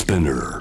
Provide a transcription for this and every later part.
Spinner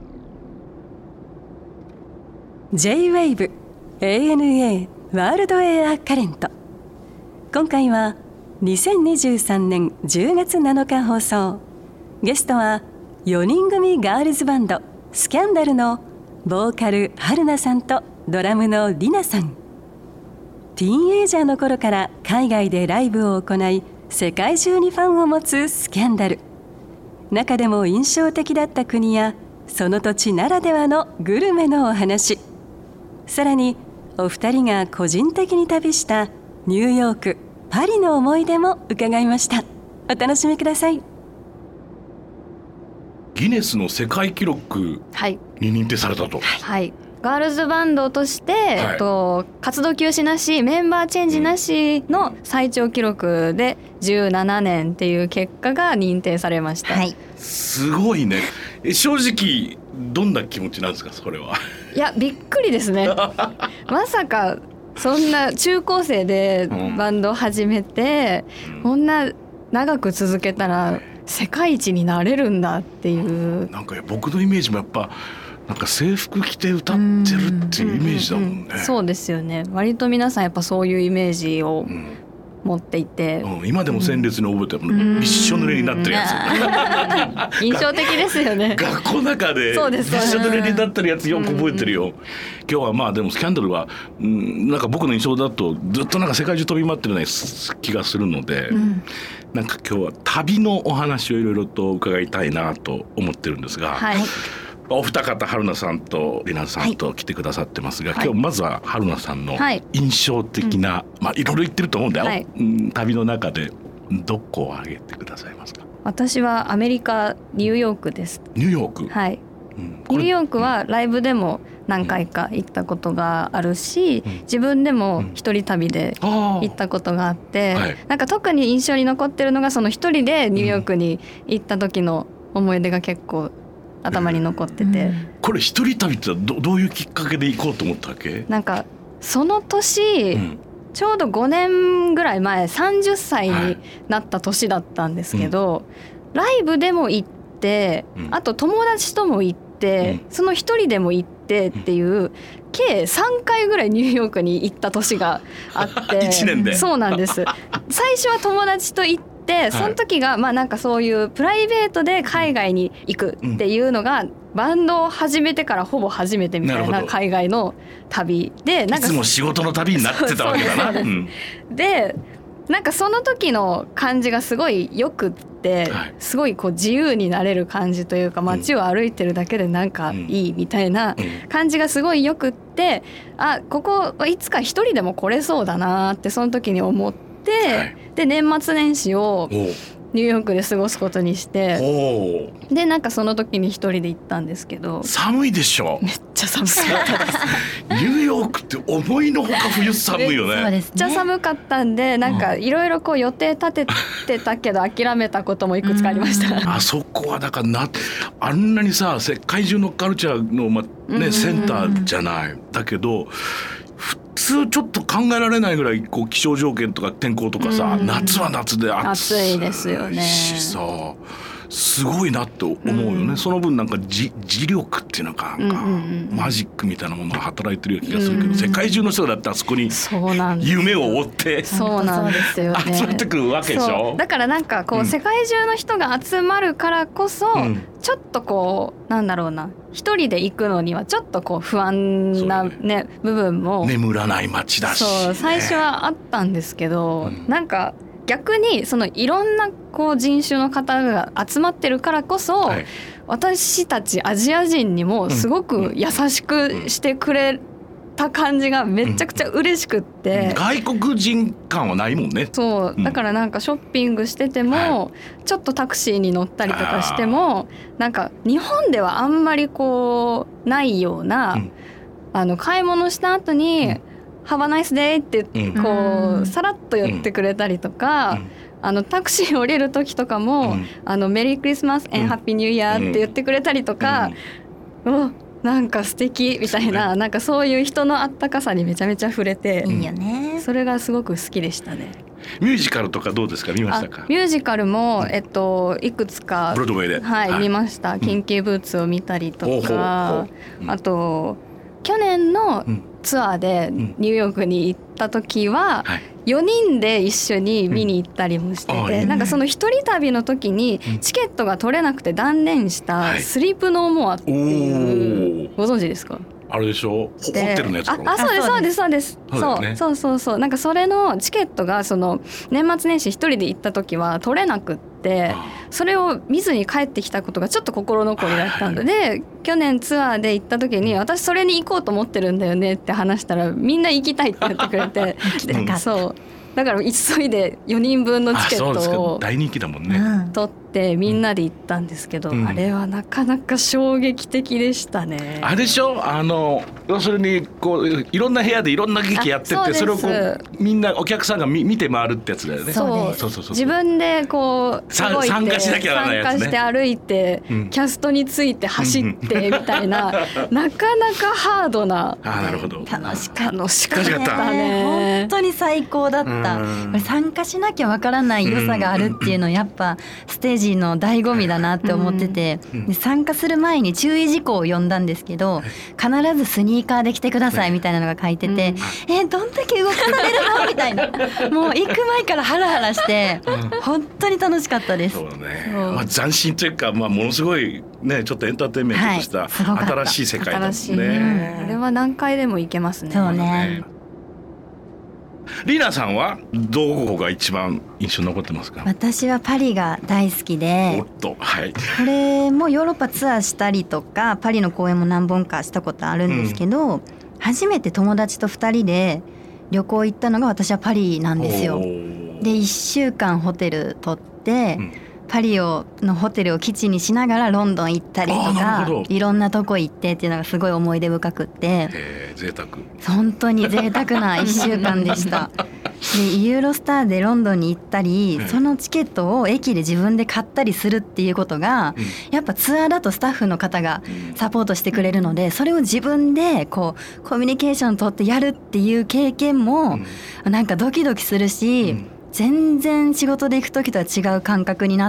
J-Wave ANA ワールドエアカレント。今回は2023年10月7日放送。ゲストは4人組ガールズバンドスキャンダルのボーカル春菜さんとドラムのりなさん。ティーンエイジャーの頃から海外でライブを行い、世界中にファンを持つスキャンダル。中でも印象的だった国やその土地ならではのグルメのお話、さらにお二人が個人的に旅したニューヨーク、パリの思い出も伺いました。お楽しみください。 ギネスの世界記録に認定されたと、 はいガールズバンドとして、活動休止なし、メンバーチェンジなしの最長記録で17年っていう結果が認定されました、 すごいね。正直どんな気持ちなんですか、それは。 いやびっくりですねまさかそんな中高生でバンドを始めて、こんな長く続けたら世界一になれるんだっていう。 なんか僕のイメージもやっぱなんか制服着て歌ってるっていうイメージだもんね。 そうですよね。割と皆さんやっぱそういうイメージを持っていて、 今でも鮮烈に覚えてる、びっしょ濡れになってるやつ印象的ですよね。 学校の中でびっしょ濡れになってるやつよく覚えてるよ。今日はまあでもスキャンダルは、なんか僕の印象だとずっとなんか世界中飛び回ってるような気がするので、なんか今日は旅のお話をいろいろと伺いたいなと思ってるんですが、お二方春菜さんとりなさんと来てくださってますが、今日まずは春菜さんの印象的な、いろいろ言ってると思うんだよ、旅の中でどこを挙げてくださいますか。 私はアメリカニューヨークです。 ニューヨーク、 ニューヨークはライブでも何回か行ったことがあるし、自分でも一人旅で行ったことがあって、なんか特に印象に残ってるのがその一人でニューヨークに行った時の思い出が結構頭に残ってて、 これ一人旅ってどういうきっかけで行こうと思ったわけ？ なんかその年、ちょうど5年ぐらい前30歳になった年だったんですけど、ライブでも行って、あと友達とも行って、その一人でも行ってっていう、計3回ぐらいニューヨークに行った年があって 1年で。 そうなんです。最初は友達と行って、その時がなんかそういうプライベートで海外に行くっていうのがバンドを始めてからほぼ初めてみたいな海外の旅で、なんかいつも仕事の旅になってたわけだな。 でなんかその時の感じがすごいよくって、すごいこう自由になれる感じというか、街を歩いてるだけでなんかいいみたいな感じがすごいよくって、ここはいつか一人でも来れそうだなってその時に思って、で年末年始をニューヨークで過ごすことにして、でなんかその時に一人で行ったんですけど、 寒いでしょ。 めっちゃ寒かったですニューヨークって思いのほか冬寒いよね。 めっちゃ寒かったんで、なんかいろいろこう予定立ててたけど諦めたこともいくつかありました。 あそこはだからあんなにさ世界中のカルチャーの、センターじゃない。だけど普通ちょっと考えられないぐらいこう気象条件とか天候とかさ、夏は夏で暑いですよねしさ、すごいなって思うよね、その分なんか磁力っていうのかなんか、マジックみたいなものが働いてるような気がするけど、世界中の人がだってあそこに夢を追ってそうなんですよね、 集まってくるわけでしょ。 だからなんかこう、世界中の人が集まるからこそ、ちょっとこうなんだろうな、一人で行くのにはちょっとこう不安な、部分も眠らない街だし、 最初はあったんですけど、なんか逆にそのいろんなこう人種の方が集まってるからこそ、私たちアジア人にもすごく優しくしてくれた感じがめちゃくちゃ嬉しくって、 外国人感はないもんね。 そうだからなんかショッピングしてても、ちょっとタクシーに乗ったりとかしても、なんか日本ではあんまりこうないような、買い物した後にHave a nice day ってこうさらっと寄ってくれたりとか、タクシー降りる時とかも、メリークリスマス and ハッピーニューイヤーって言ってくれたりとか、なんか素敵みたいな、なんかそういう人のあったかさにめちゃめちゃ触れて、 いいよね。 それがすごく好きでしたね。 ミュージカルとかどうですか、見ましたか？ ミュージカルも、いくつかブロードウェイで、 はい見ました。キンキーブーツを見たりとか、 うん、 あと去年のツアーでニューヨークに行った時は、4人で一緒に見に行ったりもしてて、なんかその一人旅の時にチケットが取れなくて断念したスリープノーモアっていう、ご存知ですか？ あれでしょ、ホテルのやつかな。 そうですそうなんかそれのチケットがその年末年始一人で行った時は取れなくって、それを見ずに帰ってきたことがちょっと心残りだったので、去年ツアーで行った時に私それに行こうと思ってるんだよねって話したら、みんな行きたいって言ってくれてそうだから急いで4人分のチケットを大人気だもんね、 取ってみんなで行ったんですけど、あれはなかなか衝撃的でしたね。 あれでしょ、要するにこういろんな部屋でいろんな劇やってて、それをこうみんなお客さんが見て回るってやつだよね。 そう自分でこう動いて参加しなきゃならないやつね。 参加して歩いて、キャストについて走ってみたいな、なかなかハードな。 なるほど。 楽しかったね。 本当に最高だった。これ参加しなきゃわからない良さがあるっていうのやっぱステージの醍醐味だなって思ってて、で参加する前に注意事項を読んだんですけど、必ずスニーカーで来てくださいみたいなのが書いてて、どんだけ動かされるのみたいな、もう行く前からハラハラして本当に楽しかったです。 そうね、斬新というか、ものすごいね、ちょっとエンターテインメントとした新しい世界だもんね。 あれは何回でも行けますね。 そうね。 リーナさんはどこが一番印象に残ってますか？ 私はパリが大好きで、これもヨーロッパツアーしたりとかパリの公演も何本かしたことあるんですけど、初めて友達と2人で旅行行ったのが私はパリなんですよ。で1週間ホテル取って、パリのホテルを基地にしながらロンドン行ったりとか、いろんなとこ行ってっていうのがすごい思い出深くって、 贅沢、 本当に贅沢な1週間でした。でユーロスターでロンドンに行ったり、そのチケットを駅で自分で買ったりするっていうことが、やっぱツアーだとスタッフの方がサポートしてくれるので、それを自分でこうコミュニケーション取ってやるっていう経験もなんかドキドキするし、全然仕事で行く時とは違う感覚になって、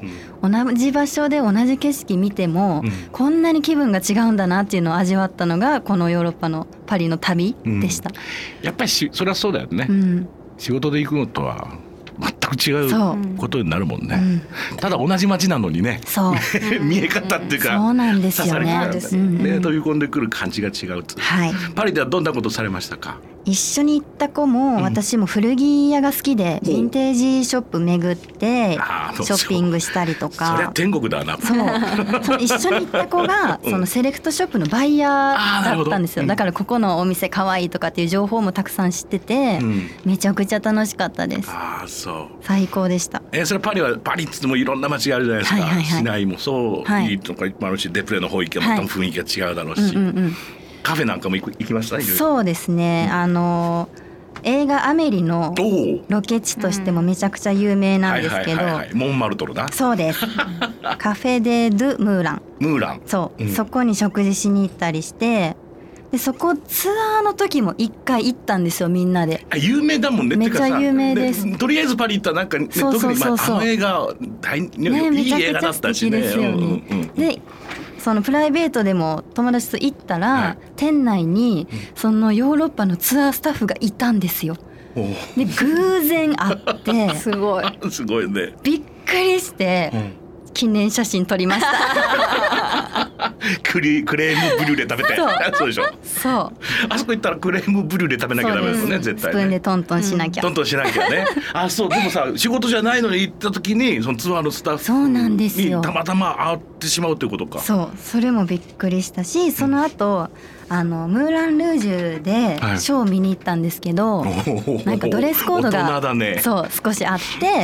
同じ場所で同じ景色見ても、こんなに気分が違うんだなっていうのを味わったのがこのヨーロッパのパリの旅でした。 やっぱりそれはそうだよね、仕事で行くのとは全く違うことになるもんね。ただ同じ街なのにね、見え方っていうか、 そうなんですよね。 飛び込んでくる感じが違う。パリではどんなことされましたか？ 一緒に行った子も私も古着屋が好きで、ヴィンテージショップ巡ってショッピングしたりとか。 そりゃ天国だな。 そう一緒に行った子がそのセレクトショップのバイヤーだったんですよ。だからここのお店かわいいとかっていう情報もたくさん知ってて、めちゃくちゃ楽しかったです。最高でした。 それパリっつってもいろんな街があるじゃないですか。市内もそういいとかいっぱいあるし、デプレの方行けばまた雰囲気が違うだろうし、カフェなんかも行きました？ そうですね、映画アメリのロケ地としてもめちゃくちゃ有名なんですけど、 モンマルトルだ。 そうですカフェデ・ドゥ・ムーラン、そこに食事しに行ったりして、でそこツアーの時も1回行ったんですよ、みんなで。 有名だもんね。 めっちゃ有名です。 とりあえずパリ行ったらなんか、特にあの映画いい映画だったしね。 でそのプライベートでも友達と行ったら、店内にそのヨーロッパのツアースタッフがいたんですよ。で偶然会ってすごいね、 びっくりして、記念写真撮りましたクレームブリュレ食べて。そうでしょ。そうあそこ行ったらクレームブリュレ食べなきゃダメですよね、絶対ね。 スプーンでトントンしなきゃ、 トントンしなきゃね。そうでもさ、仕事じゃないのに行った時にそのツアーのスタッフにたまたま会ってしまうということか。 それもびっくりしたし、その後ムーラン・ルージュでショーを見に行ったんですけど、なんかドレスコードが少しあって、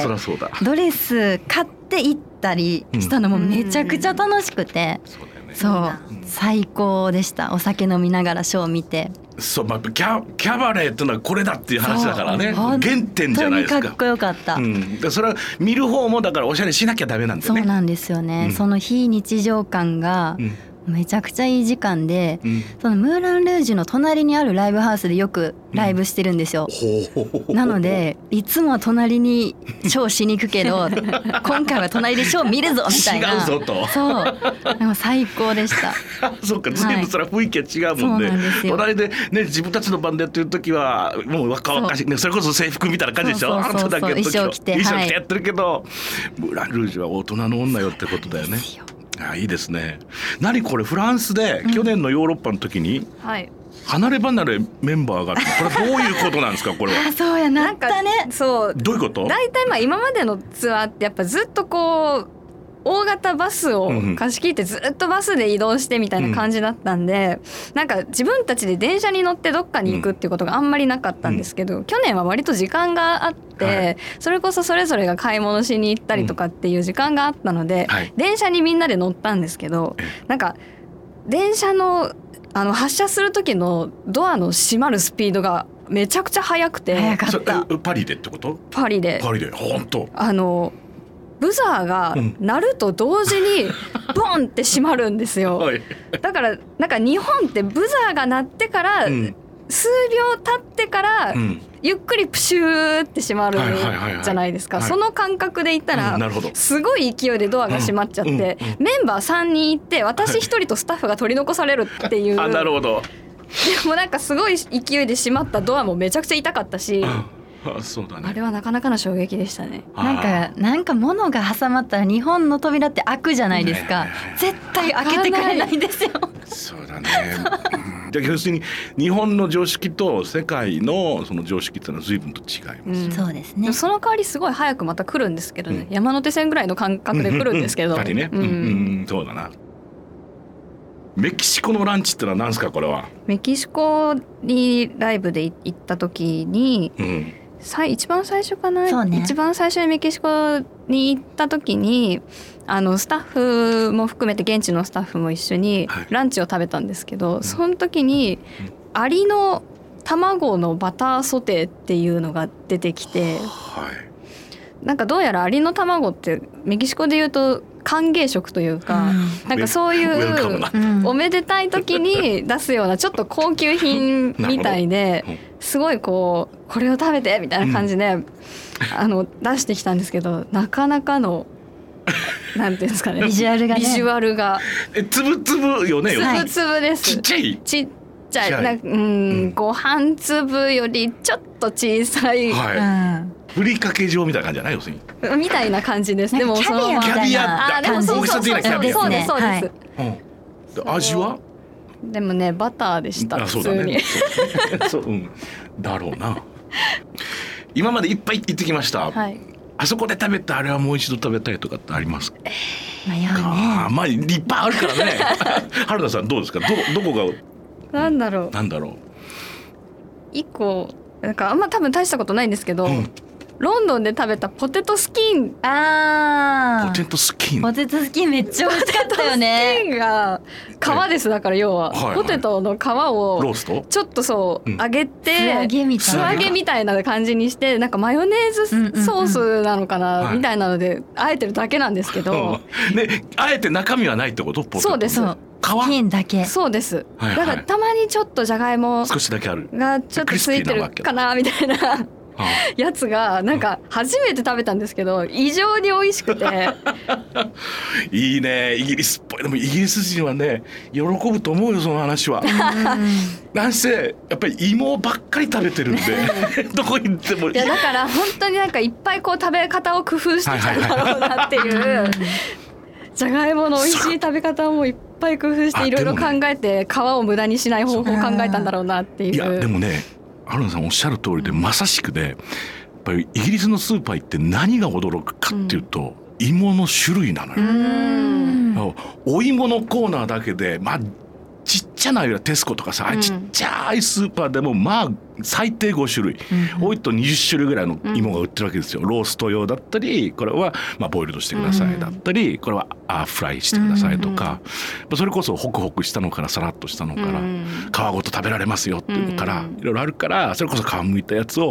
ドレス買って行ったりしたのもめちゃくちゃ楽しくて、最高でした。お酒飲みながらショーを見て。 キャバレーってのはこれだっていう話だからね、原点じゃないですか。 本当にかっこよかった、 それは見る方もだからおしゃれしなきゃダメなんだよね。 そうなんですよね、その非日常感がめちゃくちゃいい時間で、 うん、 そのムーランルージュの隣にあるライブハウスでよくライブしてるんですよ、なのでいつも隣にショーしに行くけど今回は隣でショー見るぞみたいな。 違うぞと。 そうでも最高でしたそうか、随分それは雰囲気が違うもんね、 そうなんですよ。 隣でね、自分たちのバンドやってる時はもう若々しい、ね、それこそ制服みたいな感じでしょ。 そうそうそうそう、 あなただけの時は衣装着てやってるけど、ムーランルージュは大人の女よってことだよね。あ、いいですね。何これ、フランスで去年のヨーロッパの時に、 はい、 離れ離れメンバーがあって、これはどういうことなんですかこれは。 あ、そうやなったね。 そう、 どういうこと。 大体まあ今までのツアーってやっぱずっとこう大型バスを貸し切ってずっとバスで移動してみたいな感じだったんで、なんか自分たちで電車に乗ってどっかに行くっていうことがあんまりなかったんですけど、去年は割と時間があって、はい、それこそそれぞれが買い物しに行ったりとかっていう時間があったので、はい、電車にみんなで乗ったんですけど、なんか電車の発車する時のドアの閉まるスピードがめちゃくちゃ速くて。 速かった。 パリでってこと。 パリで本当。 ブザーが鳴ると同時にボンって閉まるんですよ、はい、だからなんか日本ってブザーが鳴ってから数秒経ってからゆっくりプシューって閉まるじゃないですか。その感覚で言ったらすごい勢いでドアが閉まっちゃって、メンバー3人いて私1人とスタッフが取り残されるっていう。 あ、なるほど。 でもなんかすごい勢いで閉まったドアもめちゃくちゃ痛かったし、 あ、そうだね、 あれはなかなかの衝撃でしたね。 なんか物が挟まったら日本の扉って開くじゃないですか、絶対開けてくれないんですよ。 そうだね、じゃあ要するに日本の常識と世界のその常識っていうのは随分と違います、 そうですね。 その代わりすごい早くまた来るんですけどね、山手線ぐらいの感覚で来るんですけど、 ね、そうだな。メキシコのランチってのは何ですかこれは。 メキシコにライブで行った時に、一番最初かな、ね、一番最初にメキシコに行った時にスタッフも含めて現地のスタッフも一緒にランチを食べたんですけど、その時にアリの卵のバターソテーっていうのが出てきて、なんかどうやらアリの卵ってメキシコでいうと歓迎食というか、なんかそういうおめでたい時に出すようなちょっと高級品みたいで、すごいこれを食べてみたいな感じで出してきたんですけど、なかなかのなんていうんですかね、 ビジュアルがね、 ビジュアルがつぶつぶよね。 つぶつぶです。 ちっちゃいご飯粒よりちょっと小さい、 ふりかけ状みたいな感じじゃない、要するにみたいな感じです。でもキャビアでもそうです。 味はでもね、バターでした。普通に。 だろうな。今までいっぱい行ってきました、あそこで食べたあれはもう一度食べたいとかってありますか。まあいっぱいあるからね。春菜さんどうですか。どこがなんだろう一個なんかあんま多分大したことないんですけど、ロンドンで食べたポテトスキン。 ポテトスキンめっちゃ美味しかったよね。 ポテトスキンが皮です。だから要はポテトの皮をローストちょっとそう揚げて素揚げみたいな感じにして、なんかマヨネーズソースなのかなみたいなのであえてるだけなんですけど、 であえて中身はないってこと。ポテトそうです。 皮だけ。 そうです。だからたまにちょっとじゃがいも少しだけあるがちょっとついてるかなみたいなやつがなんか初めて食べたんですけど異常に美味しくていいね、イギリスっぽい。でもイギリス人はね喜ぶと思うよ、その話は。なんせやっぱり芋ばっかり食べてるんでどこ行っても。 いやだから本当になんかいっぱいこう食べ方を工夫してきたんだろうなっていうじゃがいもの美味しい食べ方もいっぱい工夫していろいろ考えて皮を無駄にしない方法を考えたんだろうなっていう。 いやでもね、春菜さんおっしゃる通りでまさしくで、やっぱりイギリスのスーパー行って何が驚くかっていうと、芋の種類なのよ。お芋のコーナーだけでちっちゃなテスコとかさ、ちっちゃいスーパーでも最低5種類、多いと20種類ぐらいの芋が売ってるわけですよ。ロースト用だったり、これはボイルドしてくださいだったり、これはフライしてくださいとか、それこそホクホクしたのからサラッとしたのから、皮ごと食べられますよっていうのからいろいろあるから、それこそ皮むいたやつを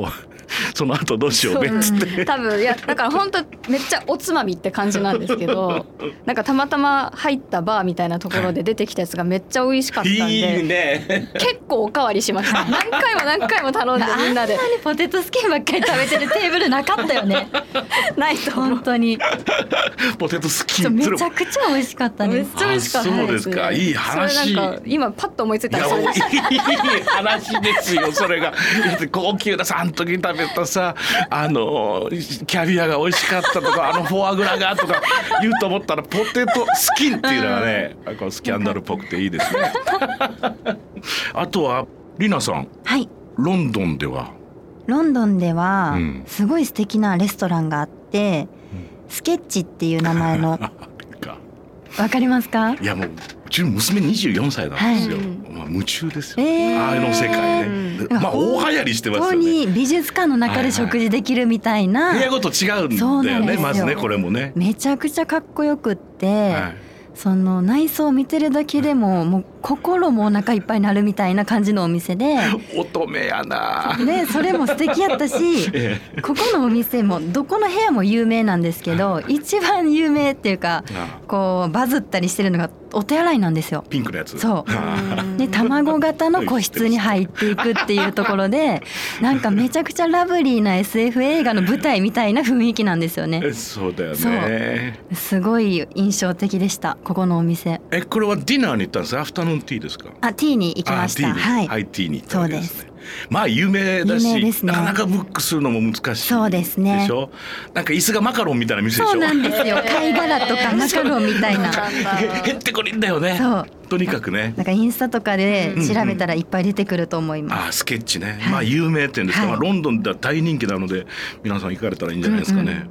その後どうしようねっつって多分いやだから本当めっちゃおつまみって感じなんですけどなんかたまたま入ったバーみたいなところで出てきたやつがめっちゃ美味しかったんで、 いいね結構おかわりしました。何回も頼んでみんなであんなにポテトスキンばっかり食べてるテーブルなかったよねないと思う。 本当にポテトスキめンちゃくちゃ美味しかっためっですちゃ美味しかったそうですか。いい話。 それなんか今パッと思いついたいやらそれでした。 いい話ですよそれが。高級なさあの時に食べたさキャビアが美味しかったとかフォアグラがとか言うと思ったらポテトスキンっていうのがねこうスキャンダルっぽくていいですねあとはリナさん、 はい。 ロンドンではロンドンではうんすごい素敵なレストランがあって、スケッチっていう名前のわかりますか？ いやもううちの娘24歳なんですよ、 はいまあ、夢中ですよ、 えーあの世界ね、まあ大流行りしてますここよね。 に美術館の中で食事できるみたいな、 部屋ごと違うんだよそうなんですよねまずねこれもね、 めちゃくちゃかっこよくって、 はいその内装を見てるだけでももう心もお腹いっぱいになるみたいな感じのお店で乙女やなでそれも素敵やったしえここのお店もどこの部屋も有名なんですけど一番有名っていうかこうバズったりしてるのがお手洗いなんですよ。 ピンクのやつそうはで卵型の個室に入っていくっていうところでなんかめちゃくちゃラブリーな SF 映画の舞台みたいな雰囲気なんですよね。 そうだよね。 すごい印象的でしたここのお店。 これはディナーに行ったんですか？アフタヌーンティーですか？ あ、ティーに行きました。 ティーにはいハイティーに行ったわけですね。 そうまあ有名だし有名ですねなかなかブックするのも難しいそうですねでしょ。なんか椅子がマカロンみたいな店でしょ。 そうなんですよ。貝殻とかマカロンみたいな。 へってこりんだよね。 そう。 とにかくね。 なんかインスタとかで調べたらいっぱい出てくると思います。 スケッチね、 はいまあ有名店ですから、 はいまあロンドンでは大人気なので皆さん行かれたらいいんじゃないですかね。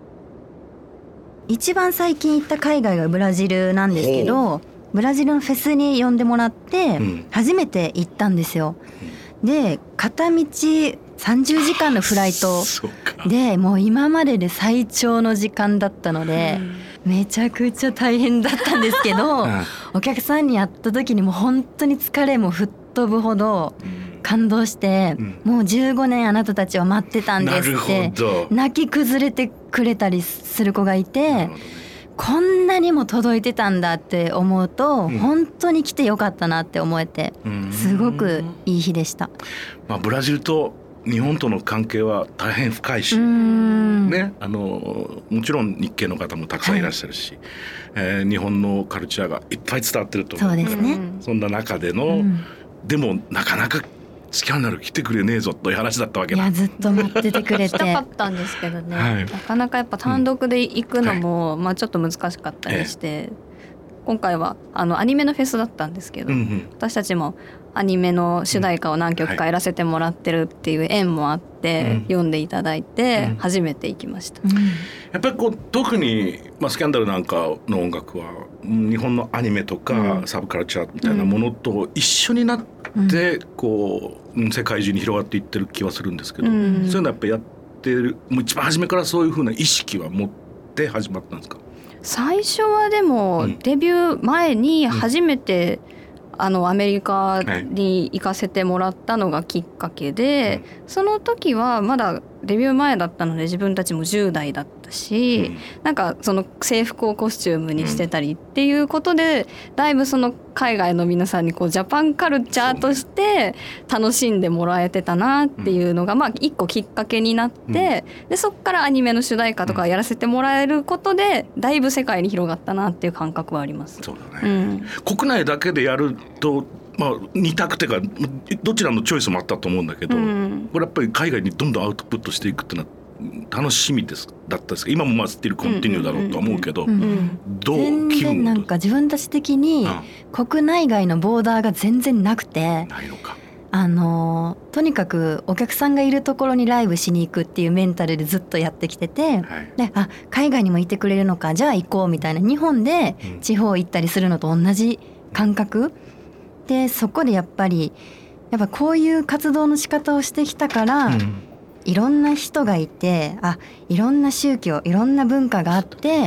一番最近行った海外がブラジルなんですけど、ブラジルのフェスに呼んでもらってうん初めて行ったんですよ。で片道30時間のフライトそうか。 でもう今までで最長の時間だったので、めちゃくちゃ大変だったんですけど、 うんお客さんに会った時にもう本当に疲れも吹っ飛ぶほど感動して、もう15年あなたたちを待ってたんでなるほすってど。 泣き崩れてくれたりする子がいなてるほどねこんなにも届いてたんだって思うと、 うん本当に来てよかったなって思えてうんすごくいい日でした。 まあブラジルと日本との関係は大変深いし、ね、もちろん日系の方もたくさんいらっしゃるし、日本のカルチャーがいっぱい伝わってると思うそうですね。 そんな中での、 うんでもなかなかスキャンダル来てくれねえぞという話だったわけだ。 いやずっと待っててくれしたかてったんですけどね、 はいなかなかやっぱ単独で行くのも、まあちょっと難しかったりして、今回はアニメのフェスだったんですけど、 うんうん私たちもアニメの主題歌を何曲かやらせてもらってるっていう縁もあって、 うん読んでいただいてうん初めて行きました、 やっぱりこう特に、スキャンダルなんかの音楽は日本のアニメとか、サブカルチャーみたいなものと一緒になって、こう世界中に広がっていってる気はするんですけど、 うんそういうのやっぱやってるもう一番初めからそういう風な意識は持って始まったんですか？ 最初はでもうんデビュー前に初めて、アメリカに行かせてもらったのがきっかけで、その時はまだデビュー前だったので自分たちも10代だったし、なんかその制服をコスチュームにしてたりっていうことで、だいぶその海外の皆さんにこうジャパンカルチャーとして楽しんでもらえてたなっていうのがまあ一個きっかけになって、でそっからアニメの主題歌とかやらせてもらえることでだいぶ世界に広がったなっていう感覚はあります。 そうだね、国内だけでやると、2択っていうかどちらのチョイスもあったと思うんだけど、これやっぱり海外にどんどんアウトプットしていくっていうのは楽しみだったですか？今もスティルコンティニューだろうとは思うけど、どう全気分然なんか自分たち的に国内外のボーダーが全然なくて、 ないのか。 とにかくお客さんがいるところにライブしに行くっていうメンタルでずっとやってきてて、 はいで海外にもいてくれるのかじゃあ行こうみたいな、日本で地方行ったりするのと同じ感覚で、そこでやっぱこういう活動の仕方をしてきたから、いろんな人がいていろんな宗教いろんな文化があって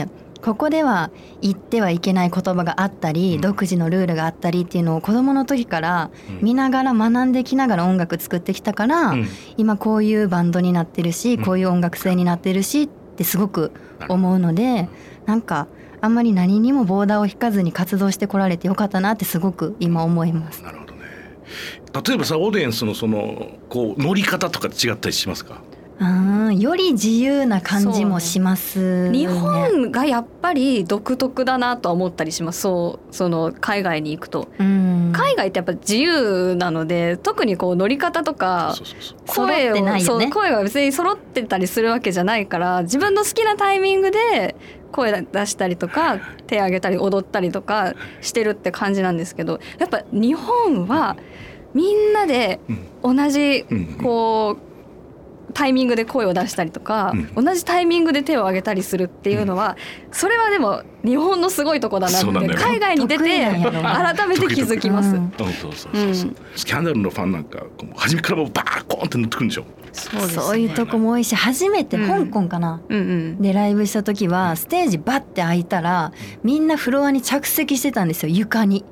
ここでは言ってはいけない言葉があったり、独自のルールがあったりっていうのを子どもの時から見ながら学んできながら音楽作ってきたから、今こういうバンドになってるし、こういう音楽性になってるしってすごく思うので、なんかあんまり何にもボーダーを引かずに活動してこられてよかったなってすごく今思います。 なるほどね。例えばさ、オーディエンスのそのこう乗り方とか違ったりしますか？ より自由な感じもしますね。 日本がやっぱり独特だなとは思ったりします。その海外に行くと、海外ってやっぱ自由なので、特にこう乗り方とか声を、声が別に揃ってたりするわけじゃないから、自分の好きなタイミングで声出したりとか手挙げたり踊ったりとかしてるって感じなんですけど、やっぱ日本はみんなで同じこうタイミングで声を出したりとか、同じタイミングで手を挙げたりするっていうのは、それはでも日本のすごいとこだなって海外に出て改めて気づきます。 スキャンダルのファンなんか初めからもうバーコーンって乗ってくるんでしょ。 そういうとこも多いし、初めて香港かな、でライブした時はステージバッて開いたらみんなフロアに着席してたんですよ、床に。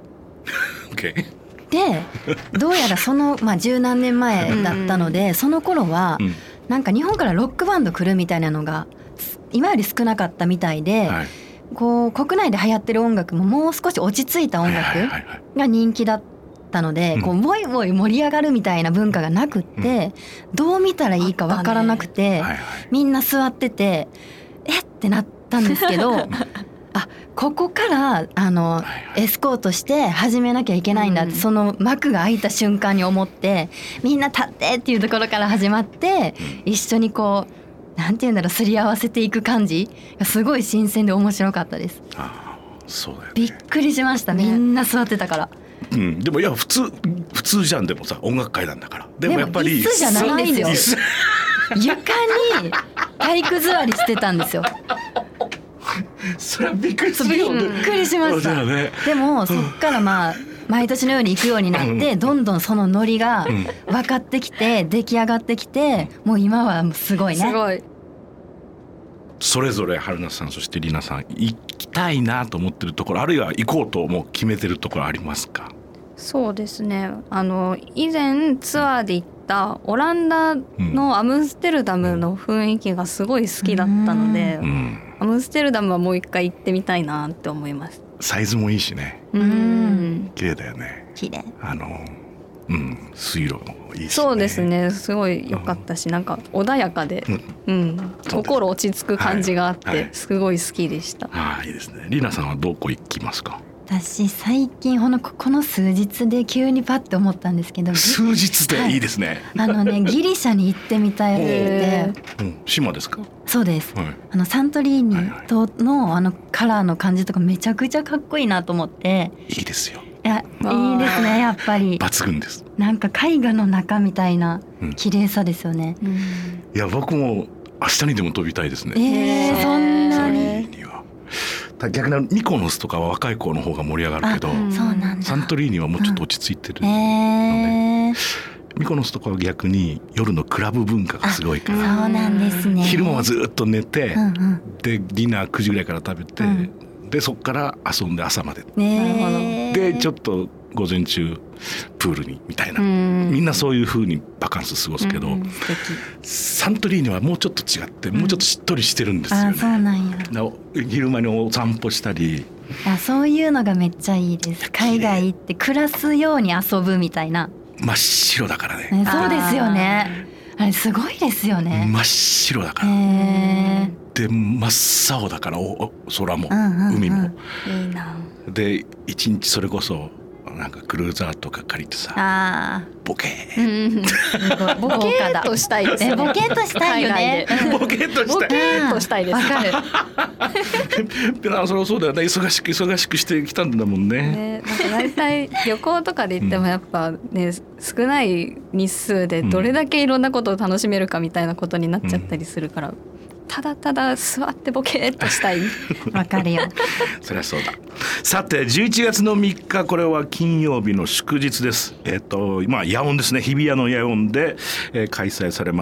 でどうやらその、十何年前だったので、その頃はなんか日本からロックバンド来るみたいなのが今より少なかったみたいで、こう国内で流行ってる音楽ももう少し落ち着いた音楽が人気だったので、こうボイボイ盛り上がるみたいな文化がなくって、どう見たらいいかわからなくて、みんな座っててってなったんですけどここからエスコートして始めなきゃいけないんだって、その幕が開いた瞬間に思って、みんな立ってっていうところから始まって、一緒にこうなんていうんだろう、すり合わせていく感じがすごい新鮮で面白かったです。 そうだよね、 びっくりしました、みんな座ってたから。 でもいや普通じゃん。でもさ、音楽会なんだから。でもやっぱり椅子じゃないんですよ。床に体育座りしてたんですよ。 それはびっくりするよね。 びっくりしました。でもそっから毎年のように行くようになって、どんどんそのノリが分かってきて出来上がってきて、もう今はすごいね。 すごい。 それぞれ春菜さん、そして里奈さん、行きたいなと思ってるところ、あるいは行こうともう決めてるところありますか？ そうですね、以前ツアーで行ったオランダのアムステルダムの雰囲気がすごい好きだったので、アムステルダムはもう一回行ってみたいなって思います。 サイズもいいしね、綺麗だよね。 綺麗。 水路もいいしね。 そうですね、すごい良かったし、なんか穏やかで、心落ち着く感じがあって、すごい好きでした。 いいですね。里奈さんはどこ行きますか？ 私最近この数日で急にパッて思ったんですけど、 数日でいいですね。 ギリシャに行ってみたいで、 島ですか？そうです、サントリーニ島のカラーの感じとかめちゃくちゃかっこいいなと思って。 いいですよ。 いいですね、やっぱり抜群です。 なんか絵画の中みたいな綺麗さですよね。 いや僕も明日にでも飛びたいですね。 そんなに。 逆にミコノスとかは若い子の方が盛り上がるけど、サントリーニはもうちょっと落ち着いてるので、ミコノスとかは逆に夜のクラブ文化がすごいから、 そうなんですね。 昼間はずっと寝て、でディナー9時ぐらいから食べて、でそっから遊んで朝まで、でちょっと午前中プールにみたいな、みんなそういう風にバカンス過ごすけど、サントリーニはもうちょっと違って、もうちょっとしっとりしてるんですよね。 そうなんや。 昼間にお散歩したり、 そういうのがめっちゃいいです。海外行って暮らすように遊ぶみたいな。 真っ白だからね。 そうですよね。あれすごいですよね。 真っ白だから。で真っ青だから、空も海も。 いいな。 で一日それこそなんかクルーザーとか借りてさ、ボケーボケーとしたいですね。 ボケーとしたいよね。 ボケーとしたい。 です。わかる。 それはそうだよね。忙しくしてきたんだもんね。 なんか大体旅行とかで行ってもやっぱね、少ない日数でどれだけいろんなことを楽しめるかみたいなことになっちゃったりするから。ただただ座ってボケーっとしたい。 わかるよ。 そりゃそうだ。さて11月の3日、これは金曜日の祝日です。野音ですね。日比谷の野音で、開催されます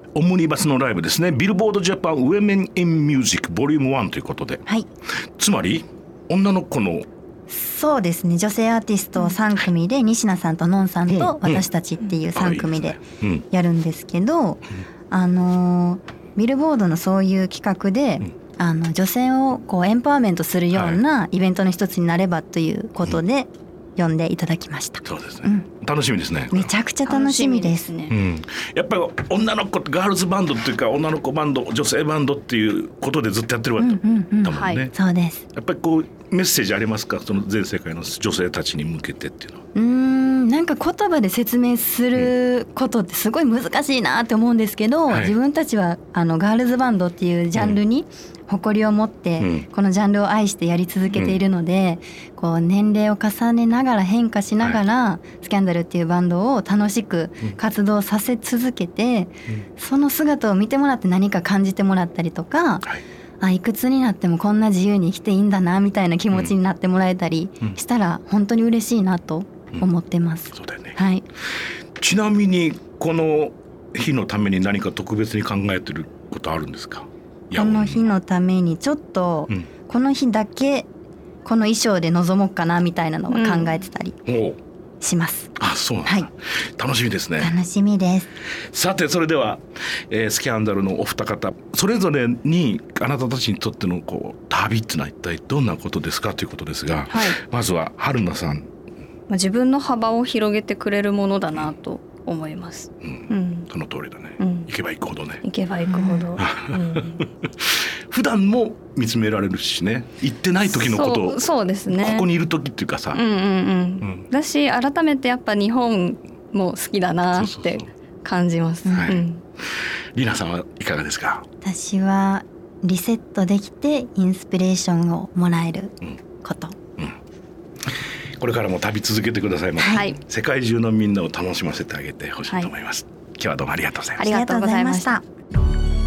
オムニバスのライブですね。ビルボードジャパン Women in Music Vol.1 ということで、 はい、 つまり女の子のそうですね、女性アーティスト3組で西名さんとのんさんと私たちっていう3組でやるんですけど、ビルボードのそういう企画で、女性をこうエンパワーメントするようなイベントの一つになればということで呼んでいただきました。 そうですね、楽しみですね。 めちゃくちゃ楽しみですね。 やっぱり女の子ガールズバンドっていうか女の子バンド女性バンドっていうことでずっとやってるわけだもんね、 はい、そうです。 やっぱりこうメッセージありますか、その全世界の女性たちに向けてっていうのは。 なんか言葉で説明することってすごい難しいなって思うんですけど、自分たちはガールズバンドっていうジャンルに誇りを持ってこのジャンルを愛してやり続けているので、こう年齢を重ねながら変化しながらスキャンダルっていうバンドを楽しく活動させ続けて、その姿を見てもらって何か感じてもらったりとか、いくつになってもこんな自由に生きていいんだなみたいな気持ちになってもらえたりしたら本当に嬉しいなと思ってます。 そうだよね、 はい。 ちなみにこの日のために何か特別に考えてることあるんですか？ この日のためにちょっとこの日だけこの衣装で臨もうかなみたいなのは考えてたりします。 あ、そうなんだ、はい、楽しみですね。 楽しみです。 さてそれでは、スキャンダルのお二方それぞれにあなたたちにとってのこう旅ってのは一体どんなことですかということですが、まずは春菜さん。 自分の幅を広げてくれるものだなと思います。 その通りだね、行けば行くほどね。 行けば行くほど、 普段も見つめられるしね、行ってない時のことをそうですね、 ここにいる時っていうかさ、 だし改めてやっぱ日本も好きだなって感じます。 りなさんはいかがですか？ 私はリセットできてインスピレーションをもらえること、 これからも旅続けてくださいませ、世界中のみんなを楽しませてあげてほしいと思います、今日はどうもありがとうございました。 ありがとうございました。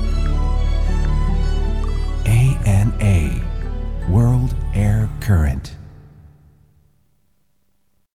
ANA World Air Current